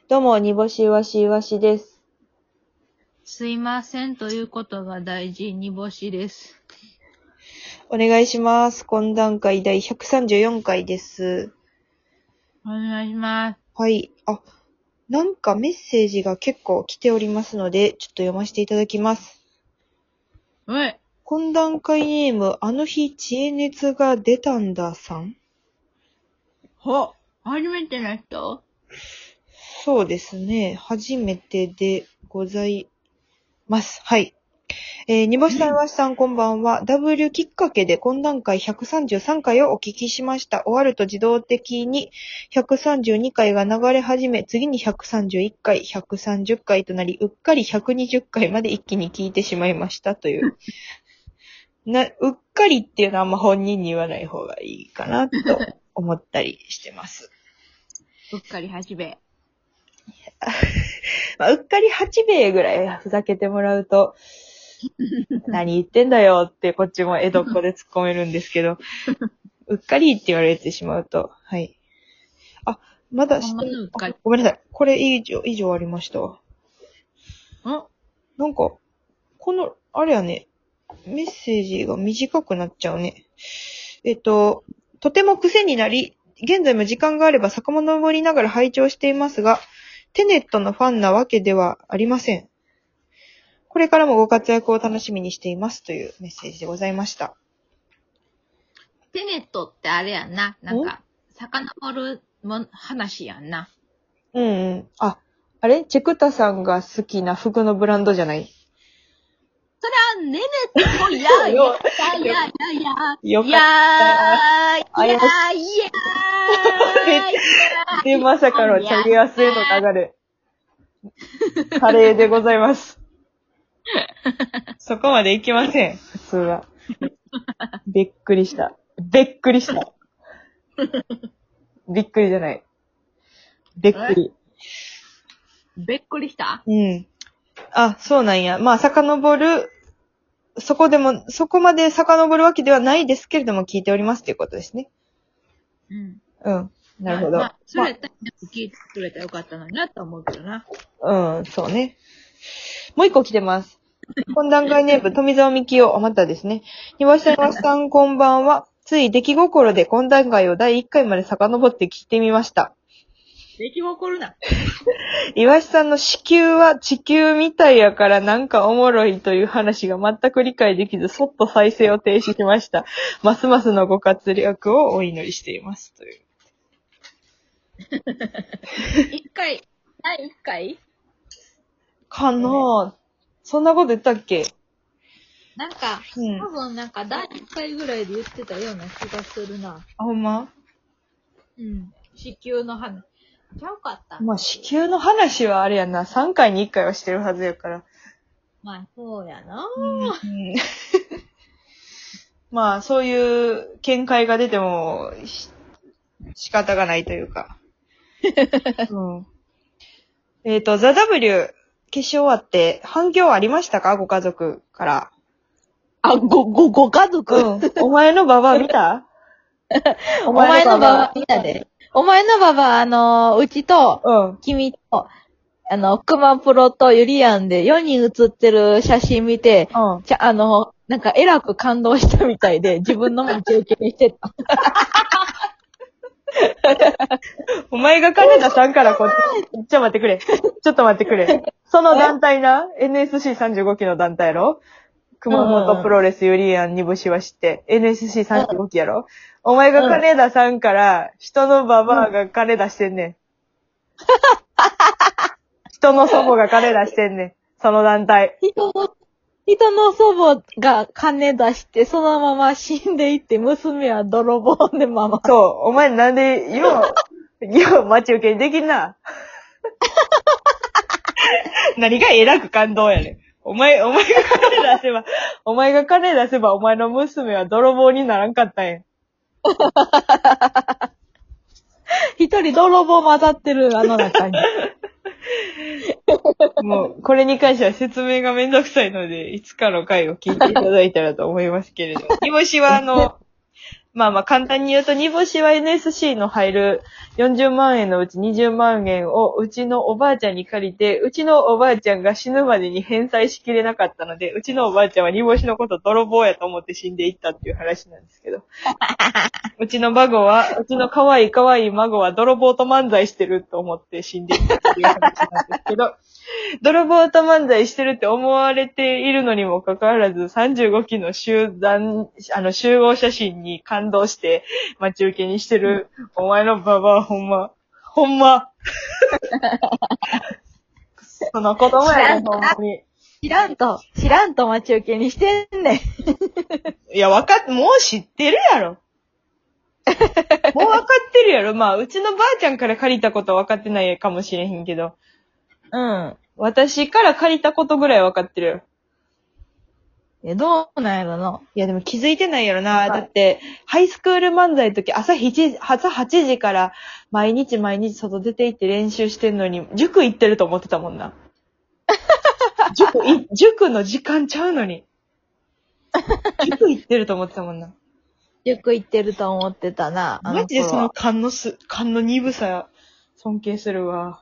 どうも、煮干しわしわしです。 すいませんということが大事、煮干しです。 お願いします。懇談会第134回です。 お願いします。 はい。なんかメッセージが結構来ておりますので、ちょっと読ませていただきます。 はい。 懇談会ネーム、あの日知恵熱が出たんださん。 初めての人？ そうですね。初めてでございます。はい。煮干しさん、わしさん、こんばんは。W きっかけで懇談会133回をお聞きしました。終わると自動的に132回が流れ始め、次に131回、130回となり、うっかり120回まで一気に聞いてしまいましたという。うっかりっていうのはあんま本人に言わない方がいいかなと思ったりしてます。 うっかり8米。 うっかり8米ぐらいふざけてもらうと、何言ってんだよってこっちも江戸っ子で突っ込めるんですけど、うっかりって言われてしまうと、はい。まだほんまのうっかり。 ごめんなさい。これ以上ありましたわ。なんか、あれやね、メッセージが短くなっちゃうね。とても癖になり、現在も時間があれば遡りながら拝聴していますが、テネットのファンなわけではありません。これからもご活躍を楽しみにしていますというメッセージでございました。 テネットってあれやんな。なんか、遡る話やんな。 うんうん。あれチェクタさんが好きな服のブランドじゃない？ それは、ネネットや、いや、 よかった。で、まさかのチャゲアスへの流れ。カレーでございます。そこまでいきません、普通は。びっくりした。びっくりじゃない。びっくり。 びっくりした？ うん。そうなんや。まあ、そこまで遡るわけではないですけれども、聞いておりますということですね。 うん。 うん。なるほど。 まあ、それやったら聞いてくれたらよかったのになと思うけどな。 うん、そうね。もう一個来てます。懇談会ネーム、富澤美希夫、またですね。岩下さん、こんばんは。つい出来心で懇談会を第1回まで遡って聞いてみました。 出来心な。 岩下さんの子宮は地球みたいやからなんかおもろいという話が全く理解できず、そっと再生を停止しました。ますますのご活躍をお祈りしています。という。 第1回かなぁ。そんなこと言ったっけ？ なんか、多分なんか第1回ぐらいで言ってたような気がするな。 ほんま？ うん。子宮の話。ちゃうかった。 まあ、子宮の話はあれやな。3回に1回はしてるはずやから。 まあ、そうやな。 まあ、そういう見解が出ても、仕方がないというか。ザ・ W、決勝終わって、反響ありましたか？ご家族から。 ご家族？ お前のババア見た？ お前のババア見たで。お前のババア、うちと、君と、熊プロとユリアンで4人写ってる写真見て、なんか、えらく感動したみたいで、自分のも経験してた。 お前が金田さんからちょっと待ってくれ。その団体な、NSC35 期の団体やろ？熊本プロレスユリアン煮干しは知って、NSC35 期やろ？お前が金田さんから、人のババアが金出してんねん。人の祖母が金出してんねん。その団体。 人の祖母が金出して、そのまま死んでいって、娘は泥棒でまま。 そう、お前なんで、よう待ち受けにできんな。何が偉く感動やねん。お前が金出せば、お前の娘は泥棒にならんかったんや。 一人泥棒混ざってる、あの中に。 もう、これに関しては説明がめんどくさいので、いつかの回を聞いていただいたらと思いますけれど。煮干しはまあ簡単に言うと、煮干しは NSC の入る 40万円のうち20万円をうちのおばあちゃんに借りて、うちのおばあちゃんが死ぬまでに返済しきれなかったので、うちのおばあちゃんは煮干しのこと泥棒やと思って死んでいったっていう話なんですけど。うちの可愛い孫は泥棒と漫才してると思って死んでいったっていう話なんですけど、泥棒と漫才してるって思われているのにもかかわらず、35期の集合写真に感動して待ち受けにしてる、お前のババアほんま。その子供やね、ほんまに。 知らんと待ち受けにしてんねん。 いや、もう知ってるやろ。もう分かってるやろ。まあ、うちのばあちゃんから借りたことは分かってないかもしれへんけど。 うん。 私から借りたことぐらい分かってるよ。 どうなんやろな。 いや、でも気づいてないやろな。だって、ハイスクール漫才の時、朝8時から毎日外出て行って練習してんのに、塾行ってると思ってたもんな。塾の時間ちゃうのに。塾行ってると思ってたもんな。 塾行ってると思ってたな。 マジでその勘の鈍さ、尊敬するわ。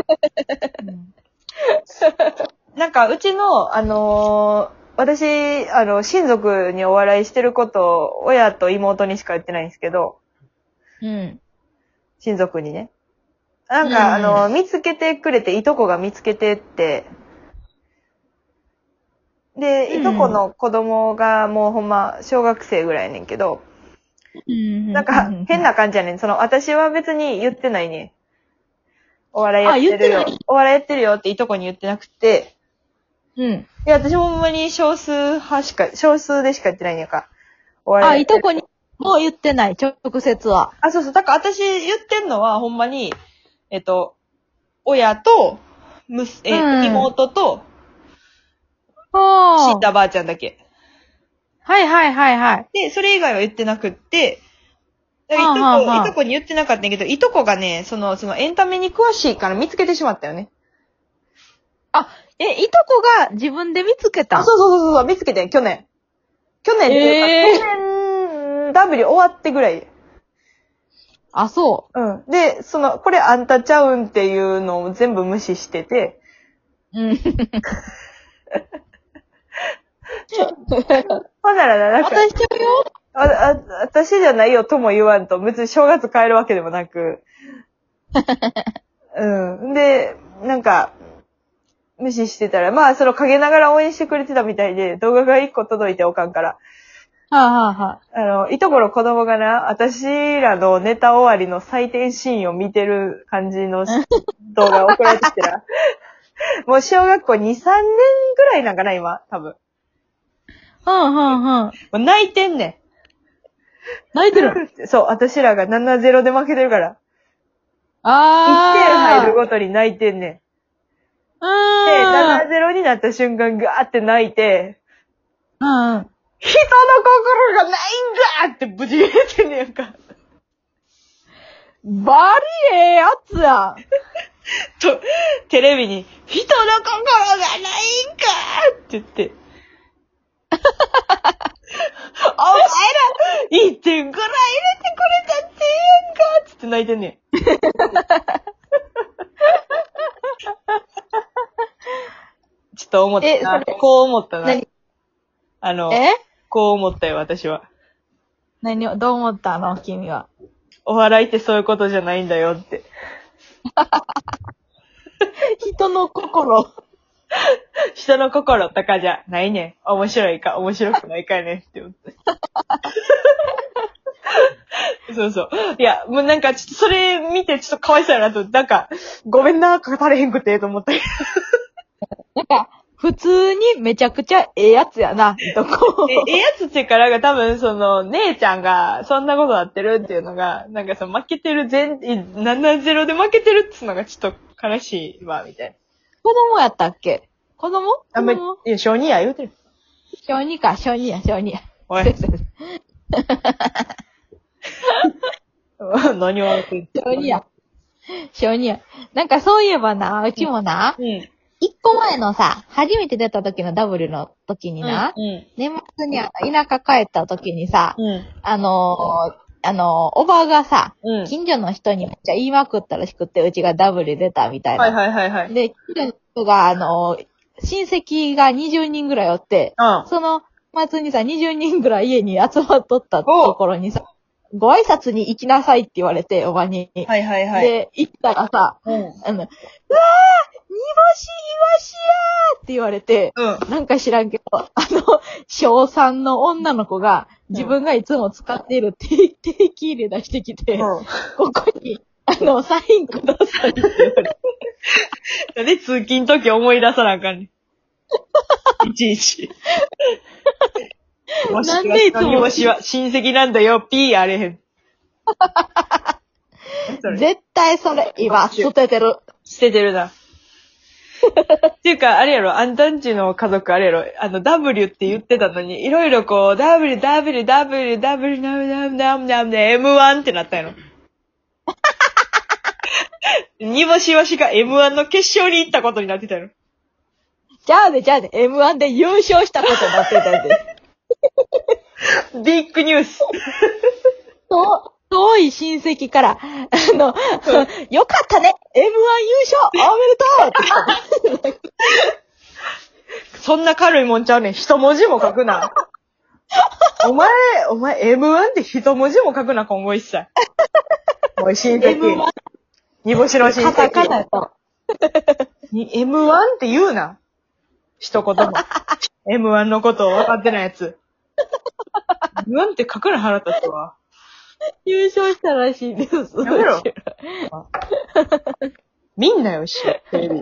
なんか、うちの、私、親族にお笑いしてることを、親と妹にしか言ってないんですけど、 うん。 親族にね。なんか、見つけてくれて、いとこが見つけてって、で、いとこの子供がもうほんま、小学生ぐらいやねんけど、なんか、変な感じやねん。私は別に言ってないね。お笑いやってるよ。お笑いやってるよっていとこに言ってなくて、 うん。 いや、私ほんまに少数でしか言ってないんやか。 いとこにも言ってない、直接は。 そう。だから私言ってんのは、ほんまに、親と、妹と、死んだばあちゃんだけ。 はい。 で、それ以外は言ってなくって、いとこに言ってなかったんやけど、いとこがね、そのエンタメに詳しいから見つけてしまったよね。 いとこが自分で見つけた？ そう、見つけて、去年っていうか、去年 W 終わってぐらい。 そう。 うん。で、これあんたちゃうんっていうのを全部無視してて。 うん。 ほんならな、 私ちゃうよ。 私じゃないよとも言わんと、別に正月帰るわけでもなく。うん。で、なんか、無視してたら、まあ、陰ながら応援してくれてたみたいで、動画が1個届いておかんから。いとこの子供がな、私らのネタ終わりの採点シーンを見てる感じの動画送られてきてら。もう小学校2、3年ぐらいなんかな、今、多分。もう泣いてんねん。 泣いてるそう、私らが 7-0 で負けてるから。1点入るごとに泣いてんねん。で、7-0 になった瞬間ガーって泣いて、人の心がないんだってブチ切れてんねやんか。 バリええやつや。 テレビに、人の心がないんかって言って。お前ら、1点ぐらい入れてくれたってええやんかつって泣いてんねん。ちょっと思ったな。こう思ったな。こう思ったよ、私は。 どう思ったの君は。 お笑いってそういうことじゃないんだよって。 人の心とかじゃないねん。面白いか、面白くないかねって思って。そう。いや、もうなんかちょっとそれ見てちょっとかわいそうやなと、なんか、ごめんな、語れへんくて、と思った。 なんか、普通にめちゃくちゃええやつやな、 ええやつっていうからが多分姉ちゃんがそんなことなってるっていうのが、なんか負けてる7-0で負けてるっていうのがちょっと悲しいわ、みたいな。 子供やったっけ？子供いや、小2や言うてる。 小2や。 おい。何を言ってんの？ 小2や。なんかそういえばな、うちもな、一個前のさ、初めて出た時の W の時にな、年末に田舎帰った時にさ、 おばがさ、 うん。 近所の人にめっちゃ言いまくったらしくって、うちが W 出たみたいな。 はいはいはいはい。 で、近所の人が、親戚が20人ぐらいおって、 うん。 その末にさ、20人ぐらい家に集まっとったところにさ、ご挨拶に行きなさいって言われて、おばに。 はいはいはい。 で、行ったらさ、 うん。 うわー、煮干しイワシやーって言われて、 うん。 なんか知らんけど、小3の女の子が、自分がいつも使っている定期入れ出してきて、 うん。 ここに、サインくださいって言われて。 なんで通勤時思い出さなあかんねん。いちいち。 なんでいつも煮干しは親戚なんだよ、ピーあれへん。 絶対それ、今、捨ててる。 捨ててるな。っていうか、あれやろ、あんたんちの家族あれやろ、W って言ってたのに、いろいろこう、W、W、W、W、M1 ってなったやろ。煮干しわしが M1 の決勝に行ったことになってたやろ。 じゃあね、M1 で優勝したことになってたんで。 ビッグニュース。 遠い親戚から、よかったね !M1 優勝おめでとうってそんな軽いもんちゃうねん。一文字も書くな。お前 M1 って一文字も書くな、今後一切。おい、親戚。煮干しの親戚。 カタカナと。 M1 って言うな。一言も。M1 のことを分かってないやつ。M1 って書くな、腹立つわ。 優勝したらしいです。 やめろ。みんなよ、し、テレビ。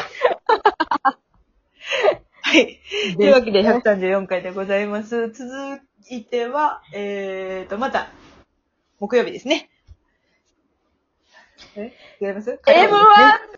はい。というわけで134回でございます。続いては、また、木曜日ですね。違います？ M1